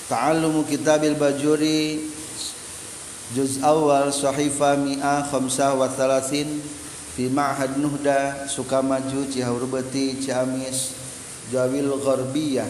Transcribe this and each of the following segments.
Ta'allumu Kitabil Bajuri Juz awal Sahifa Mi'ah Khamsah wa Thalathin Fi Ma'had Nuhda Sukamaju Cihaurubeti Ciamis Jawil Gharbiyah.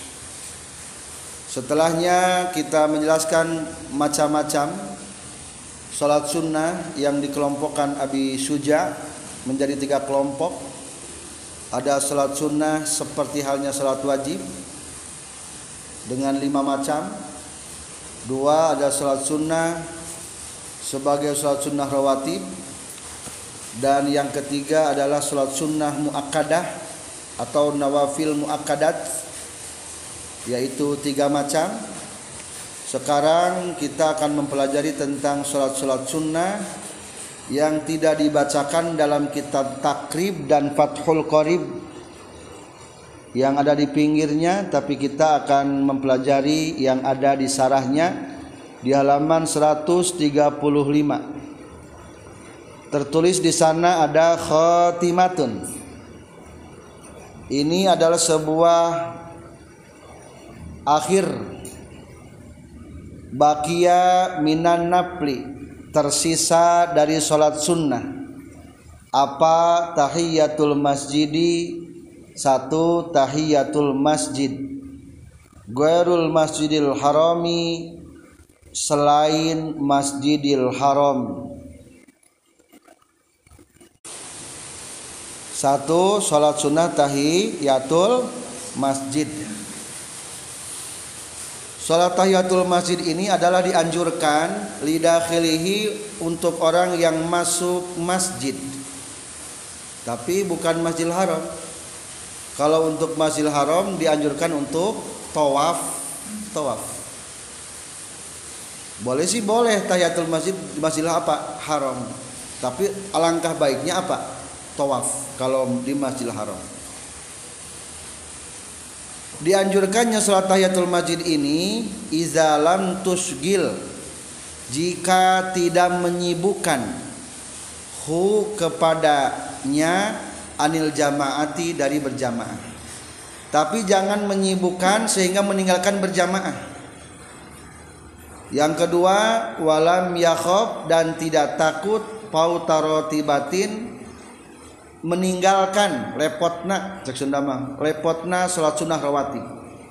Setelahnya kita menjelaskan macam-macam salat sunnah yang dikelompokkan Abi Suja menjadi 3 kelompok. Ada salat sunnah seperti halnya salat wajib dengan 5 macam. 2 ada salat sunnah sebagai salat sunnah rawatib. Dan yang ketiga adalah salat sunnah muakkadah atau nawafil muakkadat, yaitu 3 macam. Sekarang kita akan mempelajari tentang salat-salat sunnah yang tidak dibacakan dalam kitab Takrib dan Fathul Qorib yang ada di pinggirnya, tapi kita akan mempelajari yang ada di sarahnya di halaman 135. Tertulis di sana ada khatimatun. Ini adalah sebuah akhir baqiya minan nafli, tersisa dari salat sunnah. Apa? Tahiyatul masjidi. 1. Tahiyatul masjid ghairul masjidil harami, selain masjidil haram. 1. Salat sunnah tahiyatul masjid. Salat tahiyatul masjid ini adalah dianjurkan lidakhilihi, untuk orang yang masuk masjid, tapi bukan Masjidil Haram. Kalau untuk Masjidil Haram dianjurkan untuk tawaf. Boleh sih, boleh tahiyatul masjid di Masjidil Haram. Tapi alangkah baiknya apa? Tawaf kalau di Masjidil Haram. Dianjurkannya salat tahiyatul masjid ini iza lam tusgil, jika tidak menyibukkan hu kepadanya anil jamaati, dari berjamaah. Tapi jangan menyibukkan sehingga meninggalkan berjamaah. Yang kedua, walam yakhaf, dan tidak takut pautarotibatin, meninggalkan repotna, cek Sunda mah, repotna salat sunnah rawatib.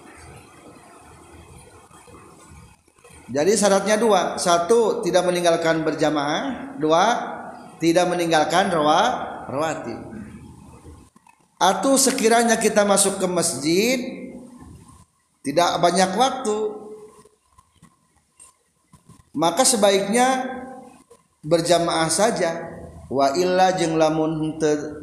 Jadi syaratnya 2. 1. Tidak meninggalkan berjamaah. 2. Tidak meninggalkan rawatib. Atau sekiranya kita masuk ke masjid tidak banyak waktu, maka sebaiknya berjamaah saja. Wa illa jeung lamun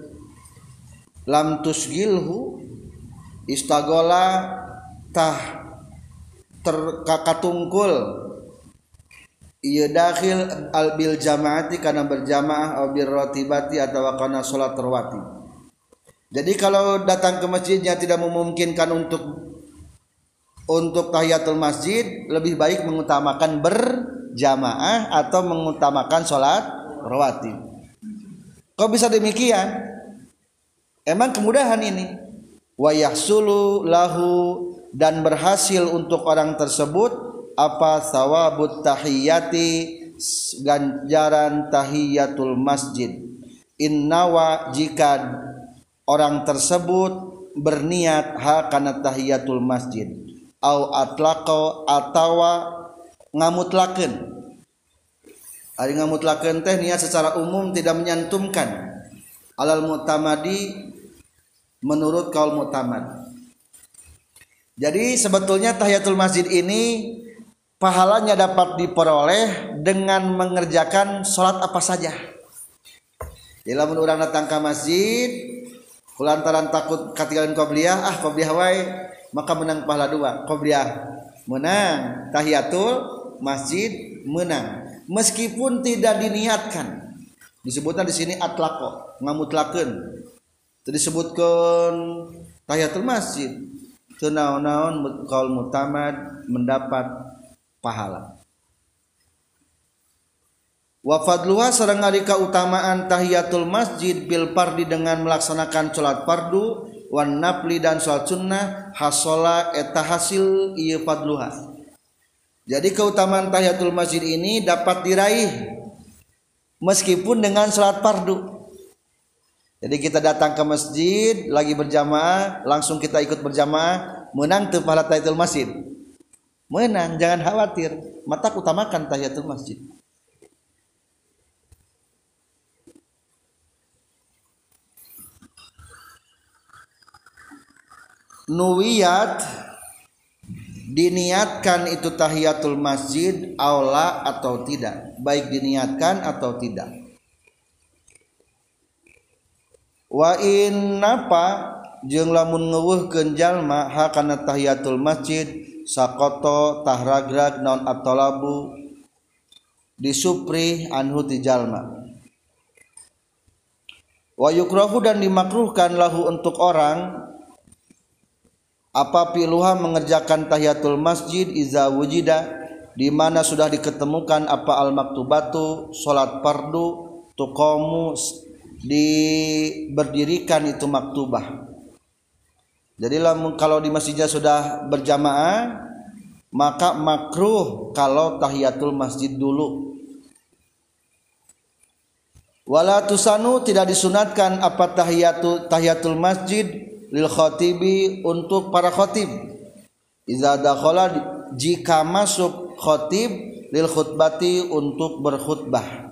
lam tusgilhu istagola tah terkakatungkul ieu dakhil al bil jamaati, kana berjamaah, au bir ratibati, atau kana salat rawatib. Jadi kalau datang ke masjidnya tidak memungkinkan untuk tahiyatul masjid, lebih baik mengutamakan berjamaah atau mengutamakan sholat rawatib. Kok bisa demikian? Emang kemudahan ini. Wa yahsulu lahu, dan berhasil untuk orang tersebut apa? Thawabut tahiyati, ganjaran tahiyatul masjid. Innawa, jika orang tersebut berniat kana tahiyatul masjid, au atlaqo, atawa ngamutlakeun. Ari ngamutlakeun teh niat secara umum, tidak menyantumkan alal mu'tamadi, menurut kaul mu'tamad. Jadi sebetulnya tahiyatul masjid ini pahalanya dapat diperoleh dengan mengerjakan salat apa saja. Bila orang datang ke masjid kulantaran takut ketinggalan qobliyah, qobliyah wae, maka menang pahala 2. Qobliyah menang, tahiyatul masjid menang, meskipun tidak diniatkan. Disebutnya di sini atlaqo, ngamutlakeun. Teu disebutkeun tahiyatul masjid. Teu naon-naon qaul mu'tamad mendapat pahala. Wa fadluha, sareng ari kautamaan tahiyatul masjid bil fardi, dengan melaksanakan salat fardu, wan nafli, dan salat sunnah, hasola eta hasil ieu fadluha. Jadi keutamaan tahiyatul masjid ini dapat diraih meskipun dengan salat fardu. Jadi kita datang ke masjid lagi berjamaah, langsung kita ikut berjamaah, menang tuh pahala tahiyatul masjid. Menang, jangan khawatir. Mata utamakan tahiyatul masjid. Nuwiyat, diniatkan itu tahiyatul masjid aula atau tidak, baik diniatkan atau tidak. Wa innapa jeung lamun ngeuweuhkeun jalma hakana tahiyatul masjid sakoto tahragrag naon at-talabu disupri anhu ti jalma. Wa yukrahu, dan dimakruhkan lahu untuk orang apa piluha mengerjakan tahiyatul masjid iza wujida, di mana sudah diketemukan apa al maktubatu salat fardu tuqamu diberdirikan itu maktubah. Jadi kalau di masjidnya sudah berjamaah maka makruh kalau tahiyatul masjid dulu. Wala tusanu, tidak disunatkan apa tahiyatul masjid lil khatibi, untuk para khatib. Iza dakhala, jika masuk khatib, lil khutbati, untuk berkhutbah.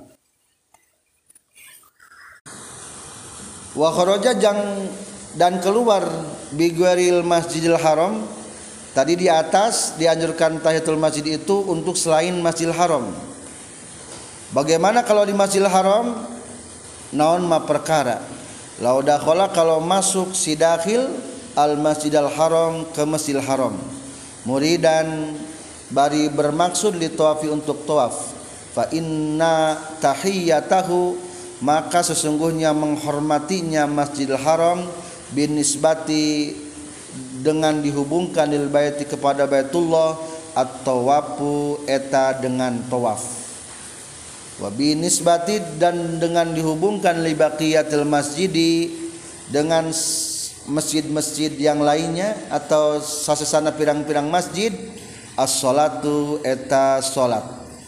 Wa kharaja, dan keluar bigwaril masjidil haram. Tadi di atas dianjurkan tahiyatul masjid itu untuk selain masjidil haram. Bagaimana kalau di masjidil haram? Naon ma perkara lau dakhala, kalau masuk si dakhil al masjidil haram, ke masjidil haram, muridan bari bermaksud li tawafi, untuk tawaf. Fa inna tahiyatahu, maka sesungguhnya menghormatinya masjidil haram binisbati, dengan dihubungkan lil baiti, kepada Baitullah, at-tawafu eta dengan tawaf. Wa binisbati, dan dengan dihubungkan li baqiyatil masjidi, dengan masjid-masjid yang lainnya atau sasesana pirang-pirang masjid, as-salatu eta salat.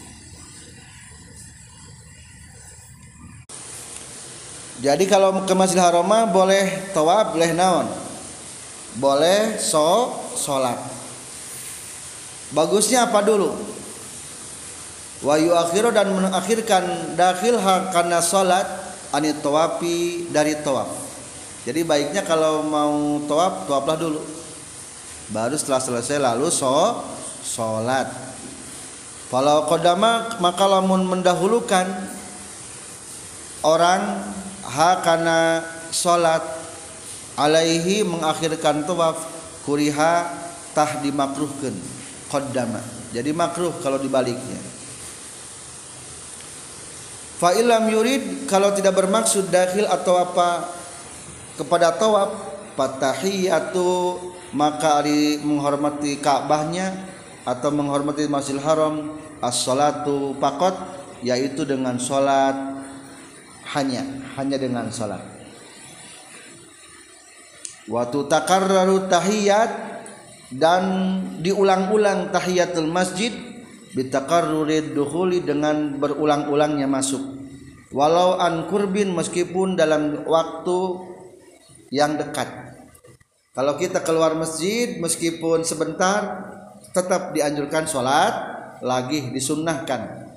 Jadi kalau ke Masjidil Haram boleh tawaf, boleh naon? Boleh salat. Bagusnya apa dulu? Wa yuakhiru, dan mengakhirkan dakhil hakana salat anit tawafi, dari tawaf. Jadi baiknya kalau mau tawaf, tawaflah dulu, baru setelah selesai lalu salat. Kalau qadama, maka lamun mendahulukan orang hakana salat alaihi, mengakhirkan tawaf, kuriha tah dimakruhkeun qaddama. Jadi makruh kalau dibaliknya. Fa illam yurid, kalau tidak bermaksud dakhil atau apa kepada tawaf, fatahiyatu, maka ari menghormati Ka'bahnya atau menghormati Masjidil Haram, as-salatu faqat, yaitu dengan salat, hanya dengan salat. Wa tutakarraru tahiyat, dan diulang-ulang tahiyatul masjid bitakarrurid dukhuli, dengan berulang-ulangnya masuk, walau an kurbin, meskipun dalam waktu yang dekat. Kalau kita keluar masjid meskipun sebentar, tetap dianjurkan sholat lagi, disunnahkan.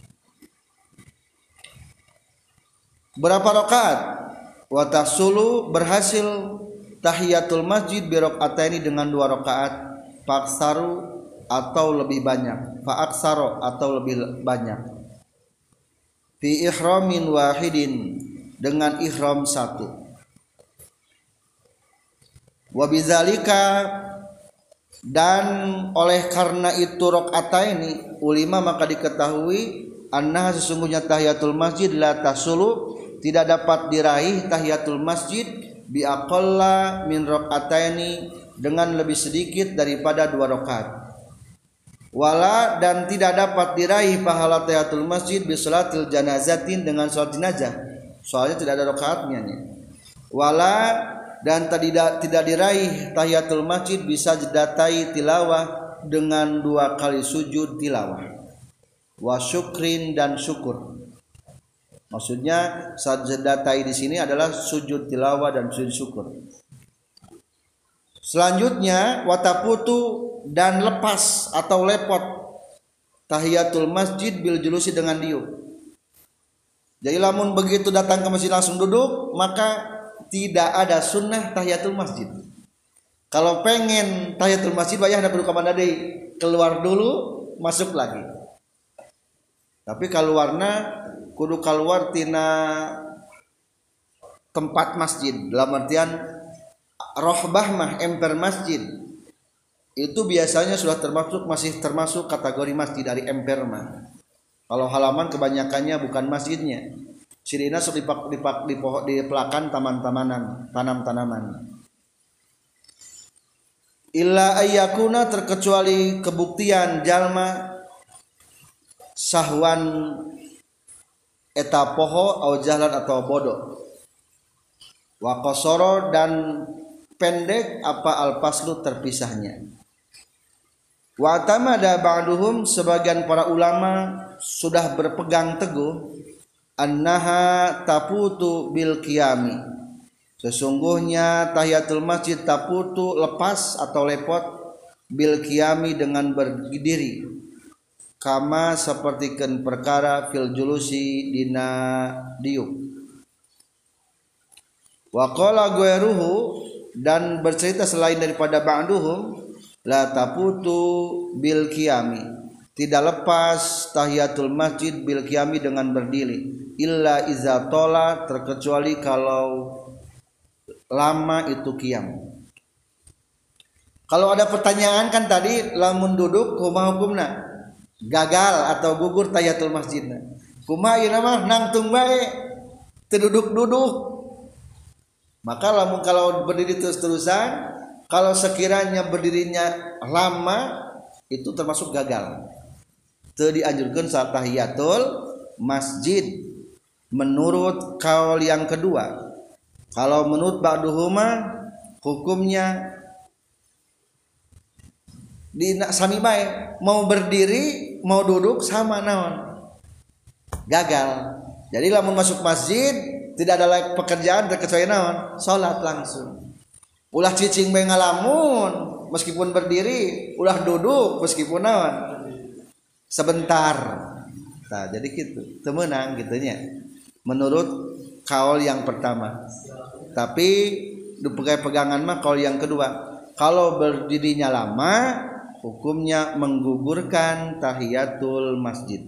Berapa rakaat? Wa tahsulu, berhasil tahiyatul masjid bi rakaataini, dengan 2 rakaat, faksaru atau lebih banyak, fa aksaro atau lebih banyak, fi ihramin wahidin, dengan ihram 1. Wa bizalika, dan oleh karena itu rakaataini, ulima maka diketahui anna sesungguhnya tahiyatul masjid la tasulu, tidak dapat diraih tahiyatul masjid bi aqalla min rakaataini, dengan lebih sedikit daripada 2 rakaat. Wala, dan tidak dapat diraih pahala tahiyatul masjid bi salatil janazatin, dengan salat jenazah, soalnya tidak ada rakaatnya nih. Wala, dan tidak diraih tahiyatul masjid bisa jadatai tilawah, dengan 2 kali sujud tilawah. Wa syukrin dan syukur. Maksudnya sajdatai di sini adalah sujud tilawah dan sujud syukur. Selanjutnya wataputu dan lepas atau lepot tahiyatul masjid bil julusi dengan diuk. Jadi lamun begitu datang ke masjid langsung duduk, maka tidak ada sunnah tahiyatul masjid. Kalau pengen tahiyatul masjid bayah ada duduk kamana deui, keluar dulu masuk lagi. Tapi keluarna kudu keluar tina tempat masjid, dalam artian rohbah mah emper masjid itu biasanya sudah masih termasuk kategori masjid dari emper mah. Kalau halaman kebanyakannya bukan masjidnya. Sirina sok di pelakan taman-tamanan, tanam-tanaman. Illa ayyakuna terkecuali kebuktian jalma sahwan eta poho au jahlan atau bodoh. Wa qasara dan pendek apa al-faslu terpisahnya. Wa tamada ba'duhum sebagian para ulama sudah berpegang teguh annaha taputu bil qiyami. Sesungguhnya tahiyatul masjid taputu lepas atau lepot bil qiyami dengan berdiri. Kama sapertikeun perkara fil julusi dina diuk. Wa qala ghairuhu dan bercerita selain daripada ba'duhum la taputu bil qiyami, tidak lepas tahiyatul masjid bil qiyami dengan berdiri illa iza tola terkecuali kalau lama itu qiyam. Kalau ada pertanyaan kan tadi lamun duduk kumaha hukumna? Gagal atau gugur tahiyatul masjidna. Kumaha ieu mah nangtung bae teu duduk-duduk. Maka lamun kalau berdiri terus-terusan, kalau sekiranya berdirinya lama itu termasuk gagal. Teu dianjurkeun saat tahiyatul masjid menurut kaul yang kedua. Kalau menurut ba'duhuma hukumnya di sami bae, mau berdiri mau duduk sama naon. Gagal. Jadi lamun masuk masjid tidak ada pekerjaan terkecuali naon? Salat langsung. Ulah cicing bae ngalamun meskipun berdiri, ulah duduk meskipun naon? Sebentar. Nah, jadi gitu. Teu meunang kitu nya. Menurut kaul yang pertama. Tapi dipegang pegangan mah kaul yang kedua. Kalau berdirinya lama, hukumnya menggugurkan tahiyatul masjid.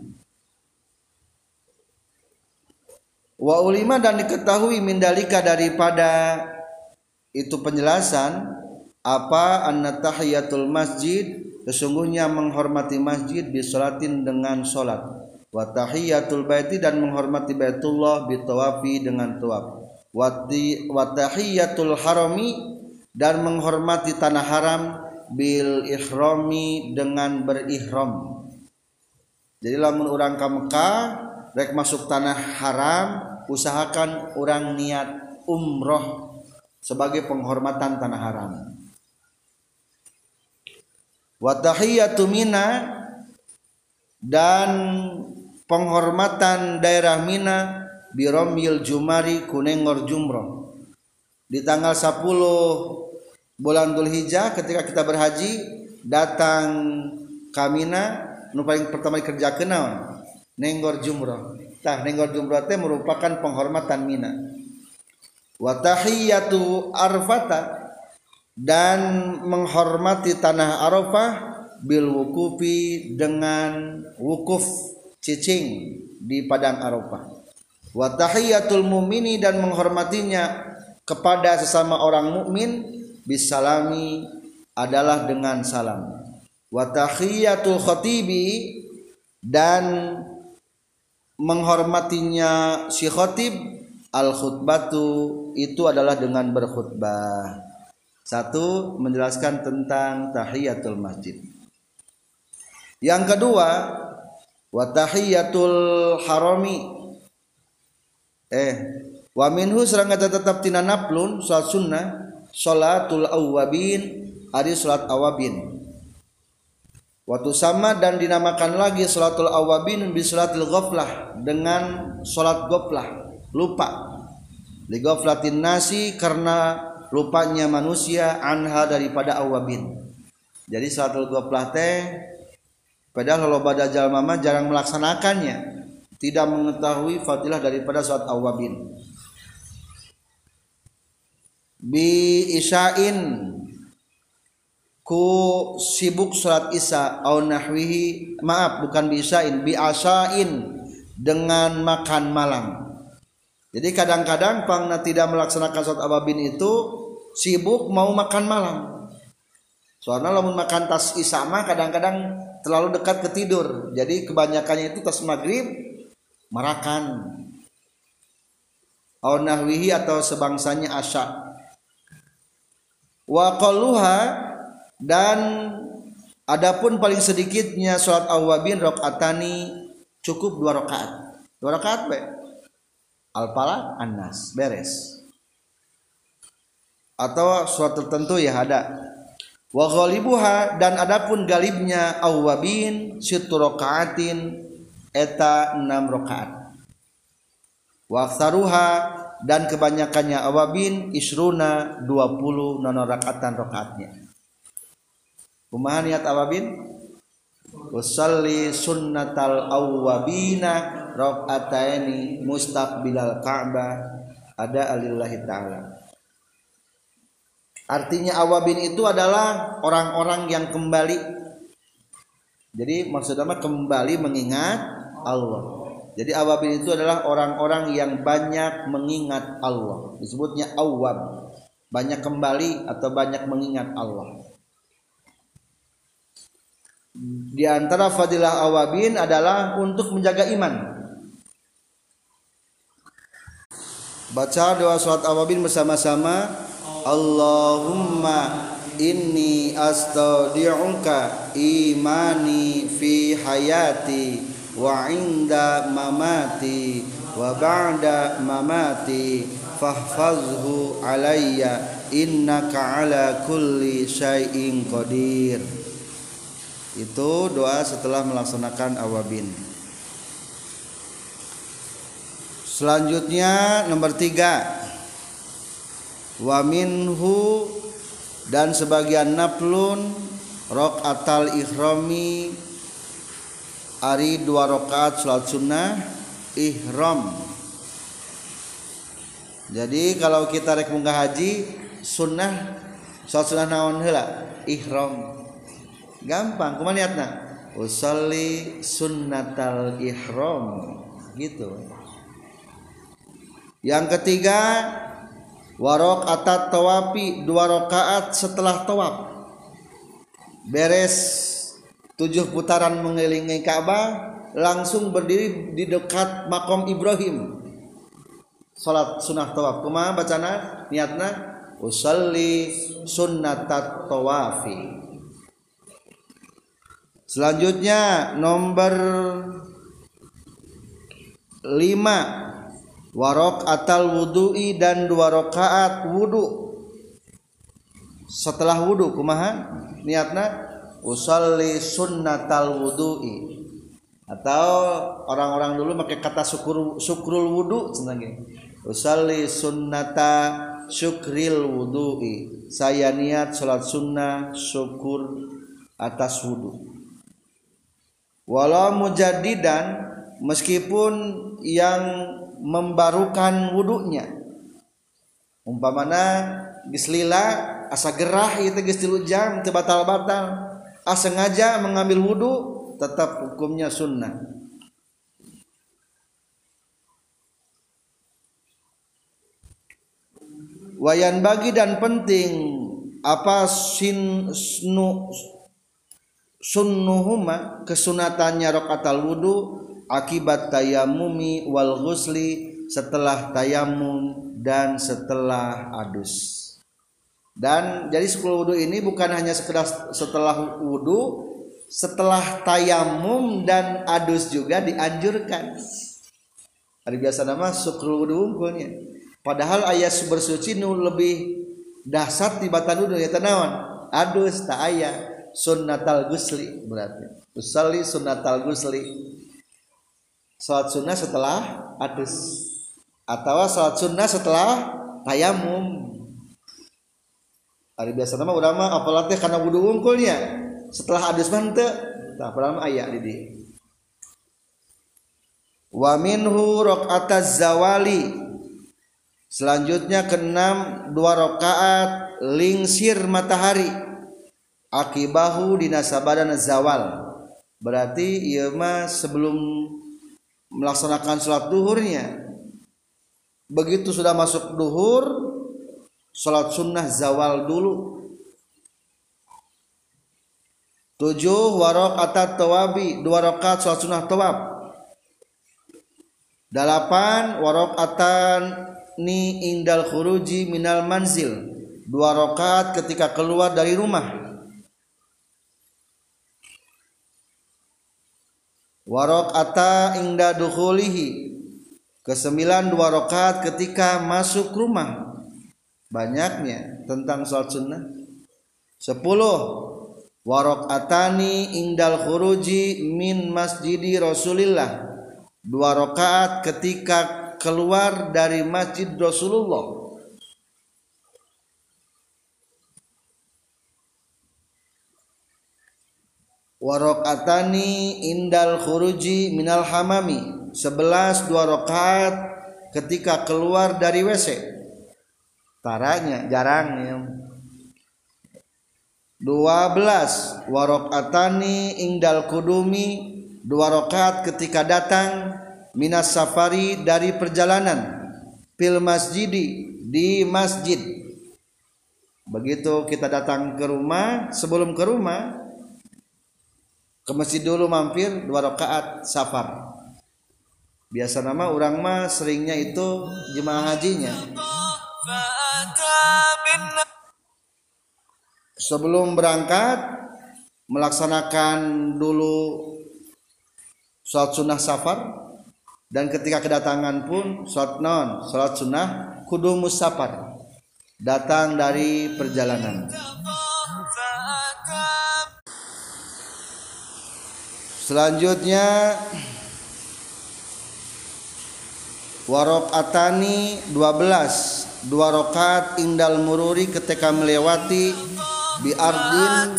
Wa ulima dan diketahui mindalika daripada itu penjelasan apa anna tahiyatul masjid sesungguhnya menghormati masjid bisolatin dengan solat wa tahiyatul baiti dan menghormati baitullah bitawafi dengan tawaf wa tahiyatul harami dan menghormati tanah haram bil ihrami dengan berihram. Jadi lamun urang ka Mekah rek masuk tanah haram usahakan orang niat umroh sebagai penghormatan tanah haram. Wa tahiyatu Mina dan penghormatan daerah Mina biromil jumari kunengor jumroh. Di tanggal 10 bulan Dzulhijjah ketika kita berhaji datang ke Mina nu paling pertama dikerjakeun naon? Nenggor jumrah. Tah nenggor jumrah teh merupakan penghormatan Mina. Wa tahiyatu Arfata dan menghormati tanah Arafah bil wukufi dengan wukuf cicing di padang Arafah. Wa tahiyatul mu'mini dan menghormatinya kepada sesama orang mukmin bisalami adalah dengan salam. Wa tahiyatul khatibi dan menghormatinya si khatib al khutbatu itu adalah dengan berkhutbah. Satu menjelaskan tentang tahiyatul masjid. Yang kedua wa tahiyatul harami wa minhu sareng tetap tina naflun salat sunnah salatul awwabin ari salat awabin. Waktu sama dan dinamakan lagi salatul awabin bi salatil ghaflah, dengan salat ghaflah, lupa. Li ghaflatin nasi, karena lupanya manusia, anha daripada awabin. Jadi salatul ghaflah teh padahal loba jalma mah jarang melaksanakannya, tidak mengetahui fadilah daripada salat awabin. Bi isyain, ku sibuk salat isya, au nahwihi, maaf bukan bi isyain, bi asyain, dengan makan malam. Jadi kadang-kadang pangna tidak melaksanakan salat awabin itu sibuk mau makan malam. Soalnya lamun makan tas isya mah kadang-kadang terlalu dekat ke tidur. Jadi kebanyakannya itu tas maghrib marakan. Au nahwihi, atau sebangsanya asya. Wa qalluha, dan adapun paling sedikitnya salat awabin rakaatani, cukup 2 rakaat. 2 rakaat be. Al-Falaq, An-Nas, beres. Atau surat tertentu ya ada. Wa ghalibuha, dan adapun galibnya awabin situ rakaatin, eta 6 rakaat. Wa aktsaruha, dan kebanyakannya awabin isruna 20 nono rakaatan rakaatnya. Kumaha niat awabin? Usalli sunnatal awwabina rakaataini mustaqbilal Ka'bah ada alillahi ta'ala. Artinya awabin itu adalah orang-orang yang kembali. Jadi maksudnya kembali mengingat Allah. Jadi awabin itu adalah orang-orang yang banyak mengingat Allah. Disebutnya awwab, banyak kembali atau banyak mengingat Allah. Di antara fadilah awabin adalah untuk menjaga iman. Baca doa salat awabin bersama-sama. Allahumma inni astaudi'uka imani fi hayati wa inda mamati wa ba'da mamati fahfazhu alayya innaka ala kulli syai'in qadir. Itu doa setelah melaksanakan awabin. Selanjutnya nomor 3, wa minhu, dan sebagian naflun raqatal ihrami, ari 2 rakaat salat sunnah ihram. Jadi kalau kita rek munggah haji sunnah, salat sunnah naon heula? Ihram. Gampang, kumaha niatna? Usalli sunnatal ihram, gitu. Yang ketiga, wa raqatat tawafi, 2 rakaat setelah tawaf. Beres 7 putaran mengelilingi Ka'bah, langsung berdiri di dekat makom Ibrahim. Salat sunnah tawaf. Kumaha bacana? Niatna usalli sunnatat tawafi. Selanjutnya nomor 5, wa raqatal wudu'i, dan 2 rakaat wudu. Setelah wudu kumaha? Niatna usalli sunnatal wudu'i, atau orang-orang dulu pakai kata syukrul wudu cenah. Usalli sunnata syukril wudu'i, saya niat salat sunnah syukur atas wudu. Walau mujaddidan, meskipun yang membarukan wudunya, umpamana geus lila asa gerah ieu teh geus 3 jam teu batal-batal, sengaja mengambil wudu, tetap hukumnya sunnah. Wayan bagi, dan penting apa sunnuhuma, kesunatannya rakatal wudu akibat tayamumi wal ghusli, setelah tayamum dan setelah adus. Dan jadi 10 wudu ini bukan hanya sekedar setelah wudu, setelah tayamum dan adus juga dianjurkan. Hari biasa nama syukrul wudu unggulnya. Padahal ayat bersuci nu lebih dahsyat di batan wudu ya tanawan. Adus tak aya. sunnatal gusli berarti. Usalli sunnatal gusli. Salat sunnah setelah adus atau salat sunnah setelah tayamum. Ari biasa nama urang mah apalah teh kana wudu wungkulnya. Setelah adus mah teu. Tah padahal mah aya di dieu. Wa minhu raqataz zawali. Selanjutnya keenam 2 rakaat lingsir matahari akibahu dina sabadana zawal. Berarti ieu mah sebelum melaksanakan salat duhurnya. Begitu sudah masuk duhur, salat sunnah zawal dulu. 7 wa raqatat tawabi, 2 rakaat salat sunnah tawab. 8 wa raqatan ni indal khuruji minal manzil, 2 rakaat ketika keluar dari rumah. Wa raqata inda dukhulihi, ke-9 2 rakaat ketika masuk rumah. Banyaknya tentang salat sunnah. 10 wa raqatani indal khuruji min masjidi Rasulillah, 2 rakaat ketika keluar dari masjid Rasulullah. Wa raqatani indal khuruji minal hamami, 11 2 rakaat ketika keluar dari WC. Taranya jarangnya. 12 wa raqatani indal kudumi, 2 rakaat ketika datang minas safari dari perjalanan, fil masjidi di masjid. Begitu kita datang ke rumah, sebelum ke rumah ke masjid dulu mampir 2 rakaat safar. Biasa nama orang mah seringnya itu jemaah hajinya. Sebelum berangkat melaksanakan dulu salat sunnah safar, dan ketika kedatangan pun salat sunnah kudumus safar, datang dari perjalanan. Selanjutnya wa raqatani 12 2 rakaat indal mururi ketika melewati bi ardin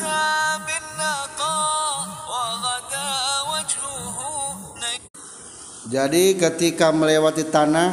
Jadi ketika melewati tanah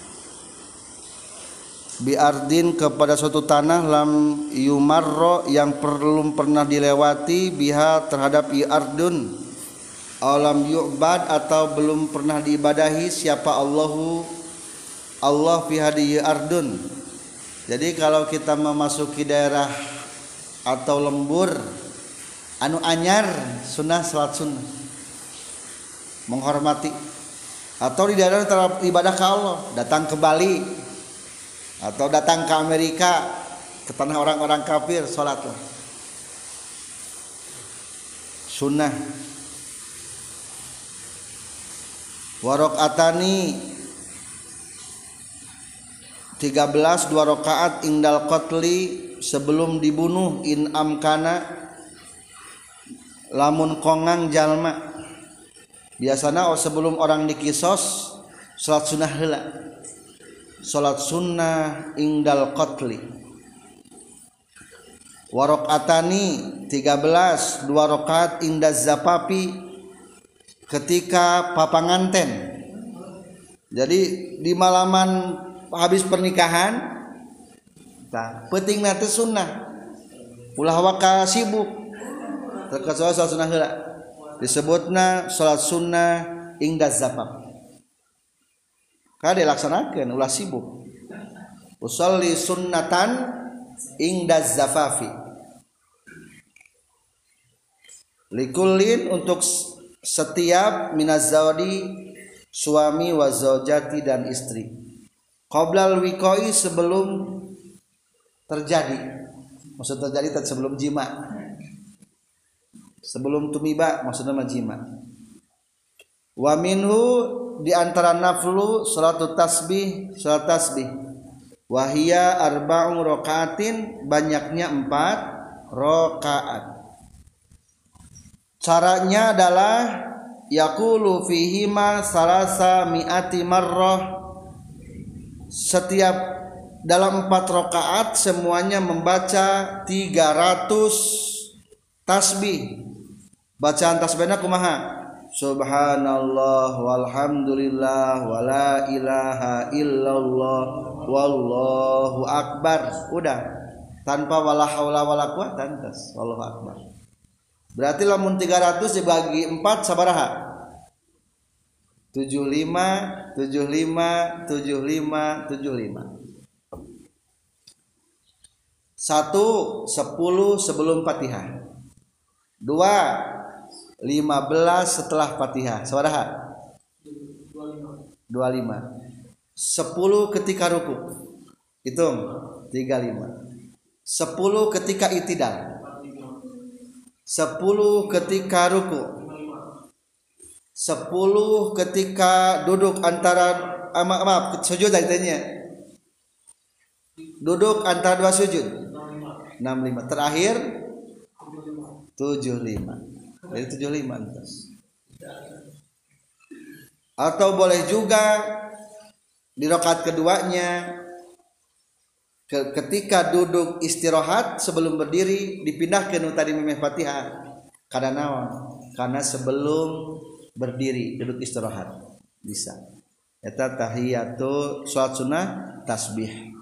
biardin kepada suatu tanah lam yumarro yang belum pernah dilewati biha terhadap iardun alam yu'bad atau belum pernah diibadahi siapa Allah fi hadi iardun. Jadi kalau kita memasuki daerah atau lembur anu anyar sunnah salat sunnah menghormati. Atau di daerah ibadah ke Allah, datang ke Bali atau datang ke Amerika, ke tanah orang-orang kafir, sholatlah sunnah. Wa raqatani 13 2 rakaat indal qatli sebelum dibunuh in amkana lamun kongang jalma. Biasanya sebelum orang dikisos salat sunnah heula. Salat sunnah indal qatli. Wa raqatani 13 2 rakaat indaz zapapi ketika papanganten. Jadi di malaman habis pernikahan tah peutingna teh sunnah. Ulah waka sibuk. Teu salat sunnah heula. Disebutna salat sunnah ingdaz zapap. Kada dilaksanakeun ulah sibuk. Usolli sunnatan ingdaz zafafi. Likullin untuk setiap minaz zawadi suami wa zaujati dan istri. Qoblal wiqai sebelum terjadi. Maksud terjadi sebelum jima. Sebelum tumiba maksudnya majima. Wa minhu di antara naflu salat tasbih. Wa hiya arba'u rakaatin banyaknya 4 rakaat. Caranya adalah yaqulu fihima salasa mi'ati marrah. Setiap dalam 4 rakaat semuanya membaca 300 tasbih. Bacaan tasbihna kumaha? Subhanallah walhamdulillah wala ilaha illallah wallahu akbar. Udah, tanpa wala haula wala quwata tantas wallahu akbar. Berarti lamun 300 dibagi 4 sabaraha? 75 75 75 75. 1 10 sebelum Fatihah. 2 15 setelah Fatihah. Sabaraha? 25. 10 ketika ruku. Hitung 35. 10 ketika i'tidal. 10 ketika ruku, 10 ketika duduk antara sujud tanya. Duduk antara 2 sujud 65. Terakhir 75. Dari 75 atas. Atau boleh juga di rakaat keduanya ketika duduk istirahat sebelum berdiri dipindahkan tadi memeh Fatihah. Karena naon? Karena sebelum berdiri duduk istirahat bisa. Eta tahiyatu salat sunnah tasbih.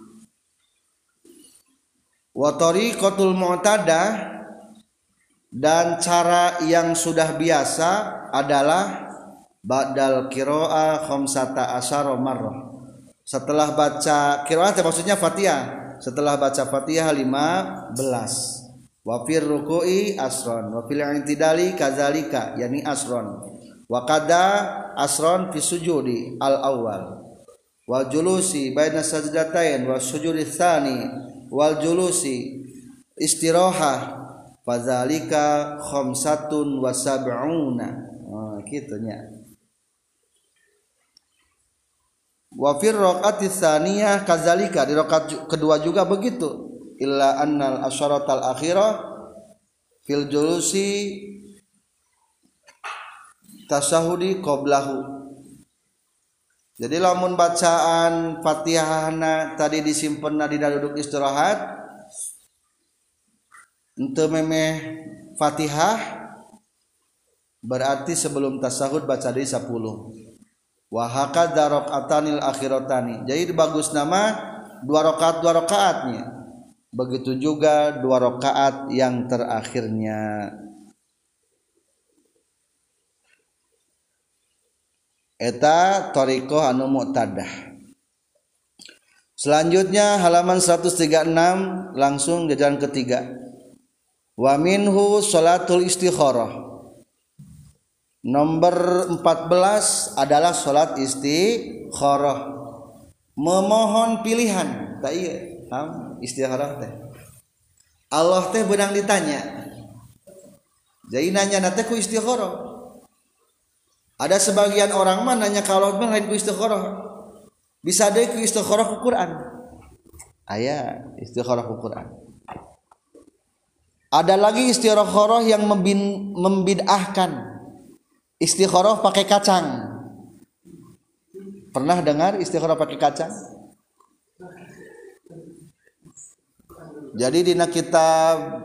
Wa tariqatul mu'tadah, dan cara yang sudah biasa adalah ba'dal qiraah khamsata asyara marrah. Setelah baca qiraah maksudnya Fatihah, setelah baca Fatihah 15. Wa fir ruku'i asron wa fil i'tidali kadzalika yani asron wa qada asron fi sujudi al awal wal julusi baina sajdatain wa sujudi tsani wal julusi istirahah fadzalika khamsatun wa sab'una. Kitunya. Wa fir raqati tsaniyah kadzalika, di rakaat kedua juga begitu. Illa annal asyaratal akhirah fil julusi tasyahudi qablahu. Jadi lamun bacaan Fatihahna tadi disimpenna dina duduk istirahat, henteu memeh Fatihah berarti sebelum tasyahud baca deui 10. Wa hakadza rakaatanil akhiratani. Jadi bagus nama 2 rakaatnya. Begitu juga 2 rakaat yang terakhirnya. Eta thariqah anu mu'tadah. Selanjutnya halaman 136 langsung jajaran ketiga. Wa minhu sholatul istikharah. Nomor 14 adalah salat istikharah, memohon pilihan. Tak iya, istikharah teh. Allah teh beunang ditanya. Jadi nanya nate ku istikharah. Ada sebagian orang mah nanya ka Allah mah lain ku istikharah. Bisa deui ku istikharah ku Quran. Aya istikharah ku Quran. Ada lagi istikharah yang membid'ahkan. Istikharah pakai kacang. Pernah dengar istikharah pakai kacang? Jadi dina kitab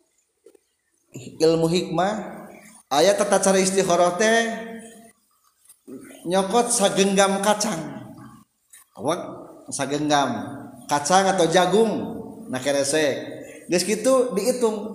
ilmu hikmah aya tata cara istikharah teh nyokot sagenggam kacang. Awak sagenggam kacang atau jagung na kerese. Geus kitu dihitung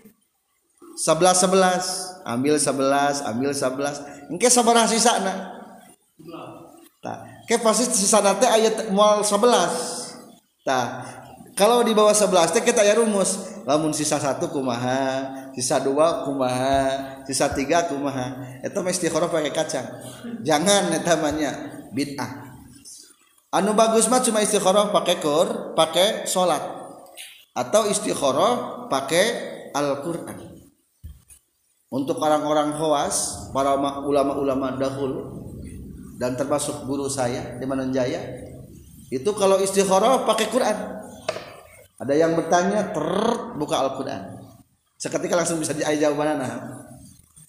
11 ambil 11 ambil 11 engke sabaraha sisana tah ke pasti sisana teh aya moal 11 tah kalau di bawah 11 teh kita aya rumus lamun sisa 1 kumaha sisa 2 kumaha sisa 3 kumaha eta mah istikharah pakai kacang jangan eta mah nya bid'ah anu bagus mah cuma istikharah pakai salat atau istikharah pakai Al-Qur'an. Untuk orang-orang khawas, para ulama-ulama dahulu dan termasuk guru saya di Manunjaya, itu kalau istikharah pakai Quran. Ada yang bertanya, buka Al-Quran. Seketika langsung bisa jawab jawabanna.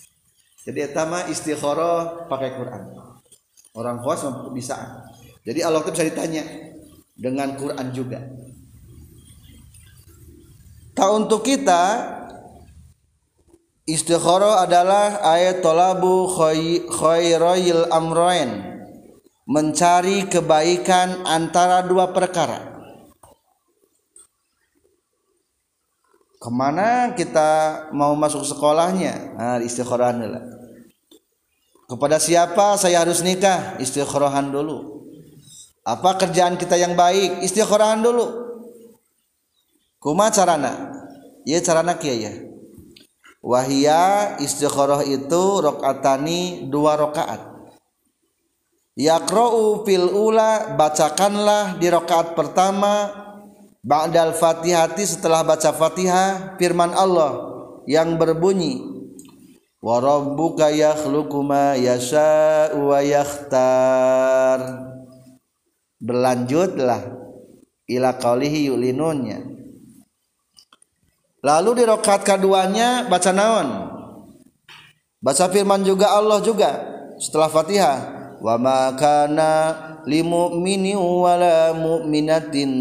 Jadi eta mah istikharah pakai Quran. Orang khawas bisa. Jadi Allah itu bisa ditanya dengan Quran juga. Untuk kita istikharah adalah ayat talabu khairil amrain, mencari kebaikan antara dua perkara. Kemana kita mau masuk sekolahnya? Nah, istikharah dulu. Kepada siapa saya harus nikah? Istikharahan dulu. Apa kerjaan kita yang baik? Istikharahan dulu. Kumaha carana? Ieu carana kieu ya. Wahia istikharah itu rakaatani 2 rakaat. Yaqra'u fil ula, bacakanlah di rakaat pertama ba'dal Fatihati, setelah baca Fatihah, firman Allah yang berbunyi wa rabbuka yakhluqu ma yasha'u wa yakhtar. Berlanjutlah ila qaulihi yulinunnya. Lalu di rakaat keduanya baca naon? Baca firman juga Allah juga setelah Fatihah, wa ma kana lil mu'mini wala mu'minatin.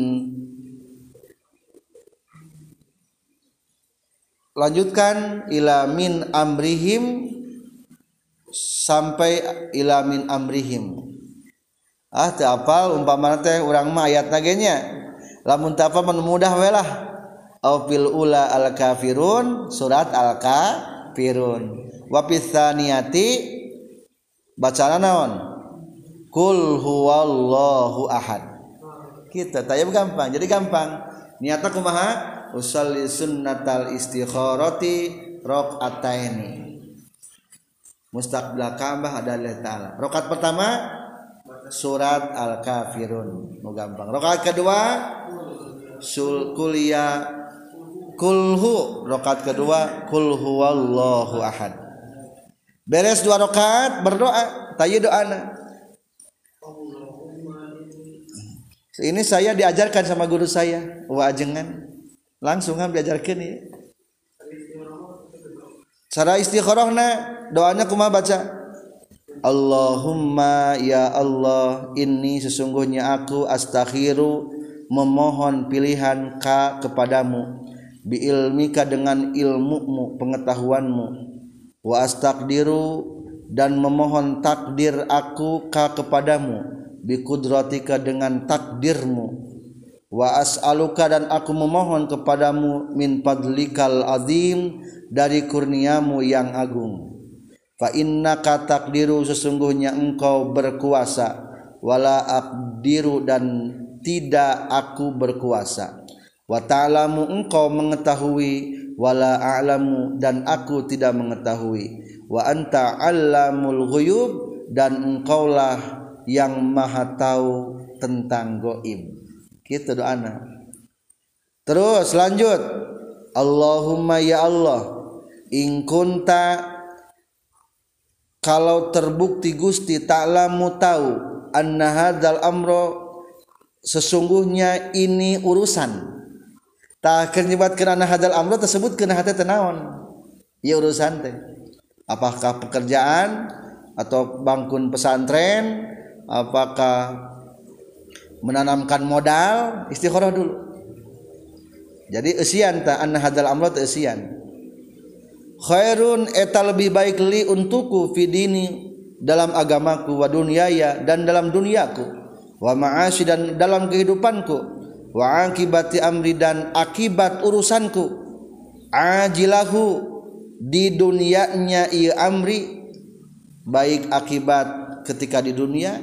Lanjutkan ila min amrihim sampai ila min amrihim. Teu apal umpamana teh urang mah ayatna ge nya. Lamun teu apal mudah we lah. Au fil ula al kafirun, surat al kafirun. Wa fis tsaniyati bacana naon? Qul huwallahu ahad. Kita tayeb gampang. Jadi gampang. Niatna kumaha? Usalli sunnatal istikharati rakaataini. Mustaqbil Ka'bah adalah ta'ala. Rakaat pertama surat al kafirun. Mau gampang. Rakaat kedua kuliah kulhu, rakaat kedua kul huwallahu ahad. Beres 2 rakaat berdoa, tanya doana. Ini saya diajarkan sama guru saya, wajengan. Langsung kan diajarkan ya. Cara istikharahna doanya kumaha baca? Allahumma ya Allah, inni sesungguhnya aku astakhiru, memohon pilihan ka kepadamu, bi ilmika dengan ilmumu, pengetahuanmu, wa astaqdiru dan memohon takdir aku ka kepadamu, bi kudratika dengan takdirmu, wa as'aluka dan aku memohon kepadamu min fadlikal azim dari kurniamu yang agung. Fa innaka takdiru sesungguhnya engkau berkuasa, wala aqdiru dan tidak aku berkuasa. Wa ta'lamu engkau mengetahui, wala a'lamu dan aku tidak mengetahui. Wa anta 'allamul ghuyub dan engkaulah yang maha tahu tentang gaib. Gitu doana. Terus lanjut. Allahumma ya Allah, in kunta, kalau terbukti Gusti ta'lamu tahu, anna hadzal amro sesungguhnya ini urusan. Tak kenyebatkeun anna hadzal amro tersebut kena hate tenaon. Ieu urusan teh. Apakah pekerjaan atau bangkun pesantren, apakah menanamkan modal? Istikharah dulu. Jadi eusian ta anna hadzal amro teh eusian. Khairun eta lebih baik li untukku fi dini dalam agamaku, wa dunyaya dan dalam duniaku, wa ma'asyi dan dalam kehidupanku, wa akibati amri dan akibat urusanku, ajilahu di dunianya ieu amri, baik akibat ketika di dunia,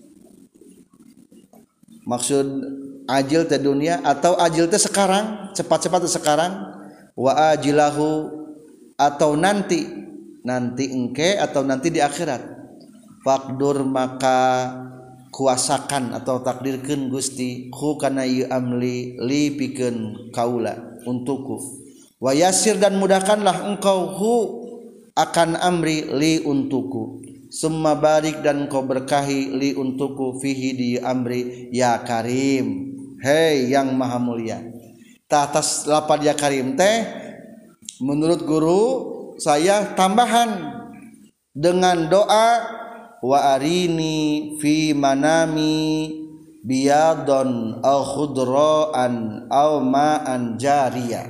maksud ajil teh dunia atau ajil teh sekarang, cepat-cepat teh sekarang, wa ajilahu atau nanti engke atau nanti di akhirat. Faqdur maka kuasakan atau takdirkeun Gusti hu kana ieu amli li pikeun kaula untukku. Wa yasir dan mudahkanlah engkau hu akan amri li untukku. Summa barik dan engkau berkahi li untukku fihi di amri ya karim. Hei yang maha mulia. Atas lapad ya karim teh menurut guru saya tambahan dengan doa wa arini fi manami biyadon au khudroan au ma'an jariyah.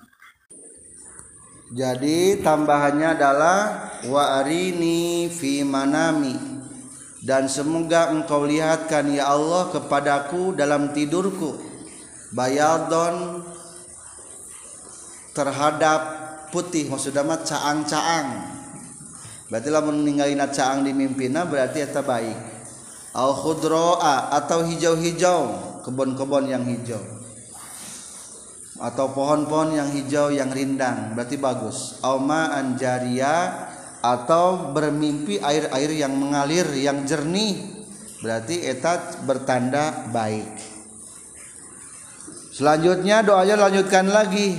Jadi tambahannya adalah wa arini fi manami, dan semoga engkau lihatkan ya Allah kepadaku dalam tidurku bayadon terhadap putih, maksudnya mah caang-caang. Berarti lamun ninggalina caang di mimpina berarti eta baik. Au khudroa atau hijau-hijau, kebun-kebun yang hijau. Atau pohon-pohon yang hijau yang rindang, berarti bagus. Au ma'an jariyah, atau bermimpi air-air yang mengalir yang jernih, berarti eta bertanda baik. Selanjutnya doanya lanjutkan lagi.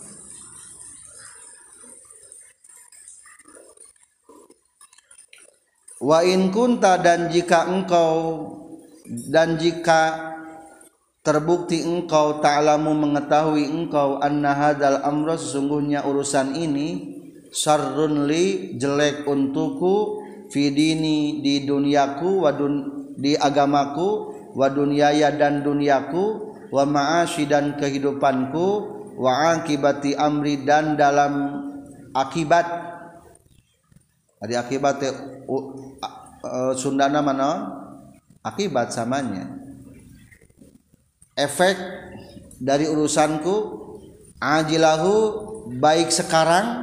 Wa in kunta, dan jika terbukti engkau ta'lamu mengetahui engkau anna hadzal amra sesungguhnya urusan ini syarrun li jelek untukku fi dini di duniaku di agamaku wa dunyaya dan duniaku wa ma'asyi dan kehidupanku wa akibati amri dan dalam akibat. Ada akibat Sundana mana? Akibat samanya. Efek dari urusanku ajilahu baik sekarang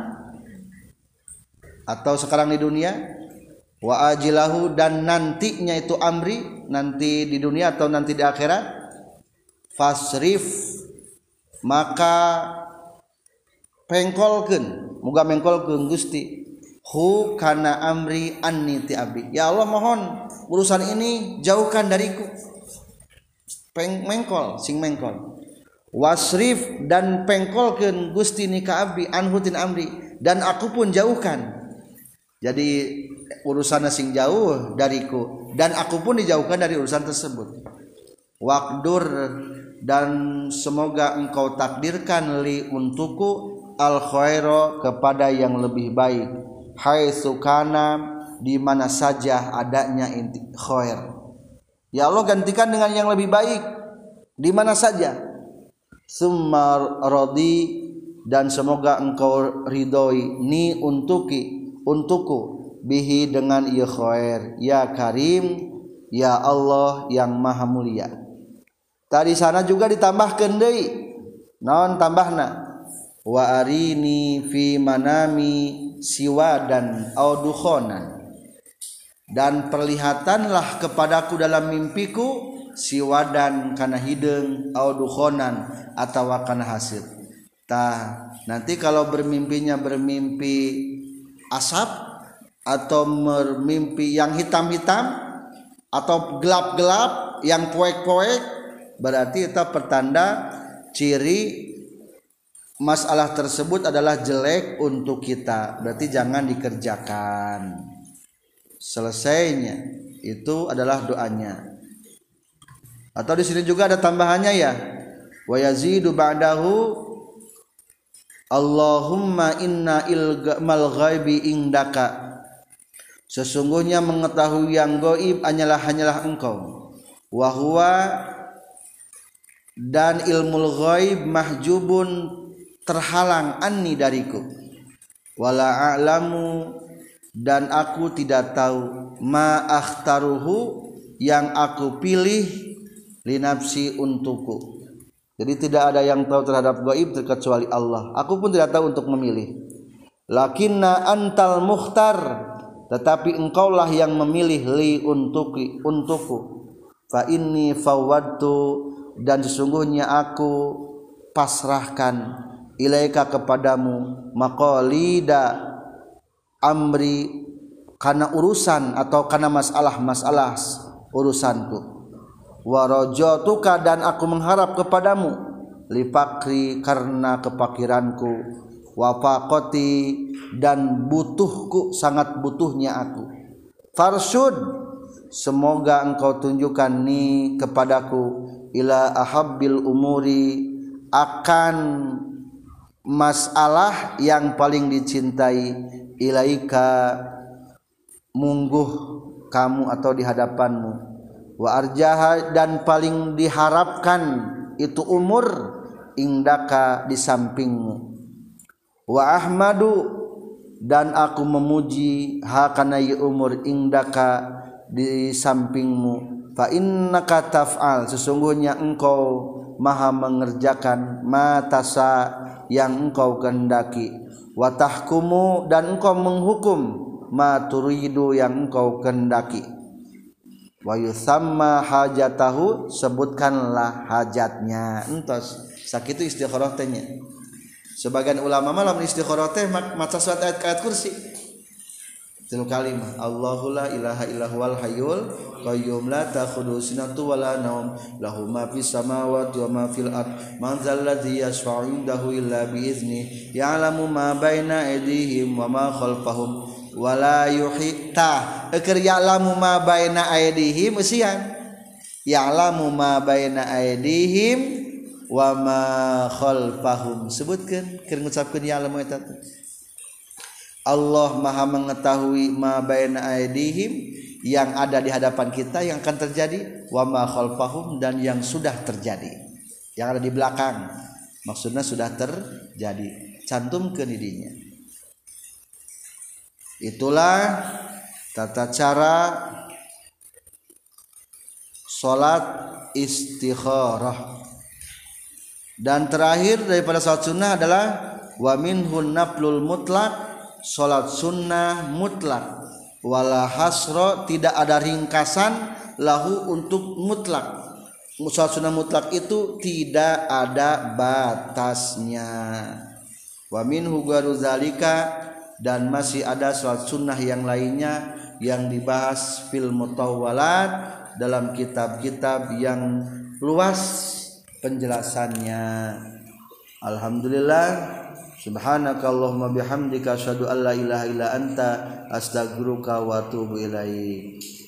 atau sekarang di dunia, wa ajilahu dan nantinya itu amri nanti di dunia atau nanti di akhirat. Fasrif maka pengkolkeun, muga mengkolkeun Gusti hu kana amri anni ti abdi. Ya Allah mohon urusan ini jauhkan dariku. Mengkol sing mengkol. Wasrif dan pengkolkeun Gusti ni ka abdi anhu tin amri, dan aku pun jauhkan. Jadi urusanna sing jauh dariku dan aku pun dijauhkan dari urusan tersebut. Waqdur dan semoga engkau takdirkan li untukku al khaira kepada yang lebih baik. Haitsu kana di mana saja adanya inti khair. Ya Allah gantikan dengan yang lebih baik di mana saja. Summa radi dan semoga engkau ridhoi ni untukku bihi dengan ieu khair ya karim ya Allah yang maha mulia. Tadi sana juga ditambahkeun deui. Naon tambahna? Wa arini fi manami siwadan au dukhonan, dan perlihatanlah kepadaku dalam mimpiku siwadan kana hideung au dukhonan atawa kana hasil. Tah nanti kalau bermimpi asap atau bermimpi yang hitam-hitam atau gelap-gelap yang poek-poek, berarti itu pertanda ciri masalah tersebut adalah jelek untuk kita, berarti jangan dikerjakan. Selesainya itu adalah doanya. Atau di sini juga ada tambahannya ya. Wa yazidu ba'dahu Allahumma inna ilmal ghaibi indaka. Sesungguhnya mengetahui yang gaib hanyalah engkau. Wa huwa dan ilmul ghaib mahjubun terhalang anni dariku. Wala a'lamu dan aku tidak tahu ma akhtaruhu yang aku pilih linafsi untukku. Jadi tidak ada yang tahu terhadap gaib kecuali Allah. Aku pun tidak tahu untuk memilih. Lakinna antal mukhtar, tetapi engkaulah yang memilih li untukku. Fa inni fawwadtu dan sesungguhnya aku pasrahkan ilaika kepadamu maqalida amri kana urusan atau kana masalah urusanku. Wa rajatuka dan aku mengharap kepadamu lipakri karena kepakiranku, wa faqati dan butuhku sangat butuhnya aku. Farsyud semoga engkau tunjukkan ni kepadaku ila ahabbil umuri akan masalah yang paling dicintai ilaika mungguh kamu atau di hadapanmu, wa arjaha dan paling diharapkan itu umur indaka di sampingmu, wa ahmadu dan aku memuji hakana umur indaka di sampingmu, fa innaka taf'al sesungguhnya engkau maha mengerjakan matasa yang engkau kehendaki, wa tahkumu dan engkau menghukum ma turidu yang engkau kehendaki, wa yusamma hajatahu sebutkanlah hajatnya. Entos sakitu istikharah teh nya. Sebagian ulama malam istikharah teh maca surat ayat kursi 3 kalimat, Allahu la ilaha illa huwal hayyul qayyum la ta'khudhuhu sinatun wa la naum lahu ma fis samawati wa ma fil ard man zal ladzi yashfa'u indahu illa bi izni ya'lamu ma baina aydihim wa ma khalfahum wa la yuhita keur ya'lamu ma baina aydihim eusian ya'lamu ma baina aydihim wa ma khalfahum sebutkeun keur ngucapkeun ya'lamu eta Allah maha mengetahui ma baina aydihim yang ada di hadapan kita yang akan terjadi, wa ma khalfahum dan yang sudah terjadi, yang ada di belakang maksudnya sudah terjadi, cantumkeun di dinya. Itulah tata cara salat istikharah. Dan terakhir daripada salat sunnah adalah wa minhun naflul mutlaq, salat sunnah mutlak, wala hasra tidak ada ringkasan lahu untuk mutlak. Salat sunnah mutlak itu tidak ada batasnya. Wa minhu gharu zalika dan masih ada salat sunnah yang lainnya yang dibahas fil mutawwalat dalam kitab-kitab yang luas penjelasannya. Alhamdulillah. Subhanakallahumma bihamdika asyhadu an la ilaha illa anta astaghfiruka wa atubu ilaik.